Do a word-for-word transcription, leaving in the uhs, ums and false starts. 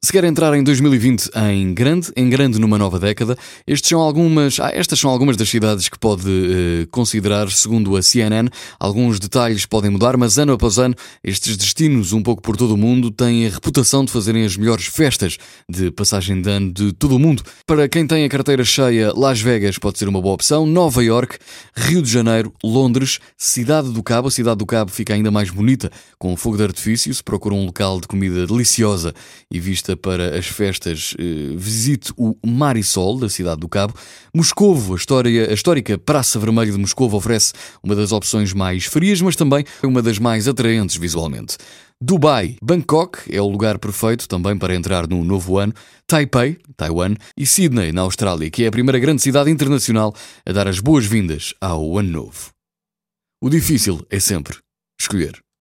Se quer entrar em dois mil e vinte em grande, em grande numa nova década, estes são algumas, ah, estas são algumas das cidades que pode eh, considerar, segundo a C N N. Alguns detalhes podem mudar, mas ano após ano, estes destinos, um pouco por todo o mundo, têm a reputação de fazerem as melhores festas de passagem de ano de todo o mundo. Para quem tem a carteira cheia, Las Vegas pode ser uma boa opção, Nova York, Rio de Janeiro, Londres, Cidade do Cabo. A Cidade do Cabo fica ainda mais bonita, com um fogo de artifício. Se procura um local de comida deliciosa e vista para as festas, eh, visite o Marisol, da Cidade do Cabo. Moscovo, a, história, a histórica Praça Vermelha de Moscovo oferece uma das opções mais frias, mas também uma das mais atraentes visualmente. Dubai, Bangkok é o lugar perfeito também para entrar no novo ano. Taipei, Taiwan, e Sydney, na Austrália, que é a primeira grande cidade internacional a dar as boas-vindas ao ano novo. O difícil é sempre escolher.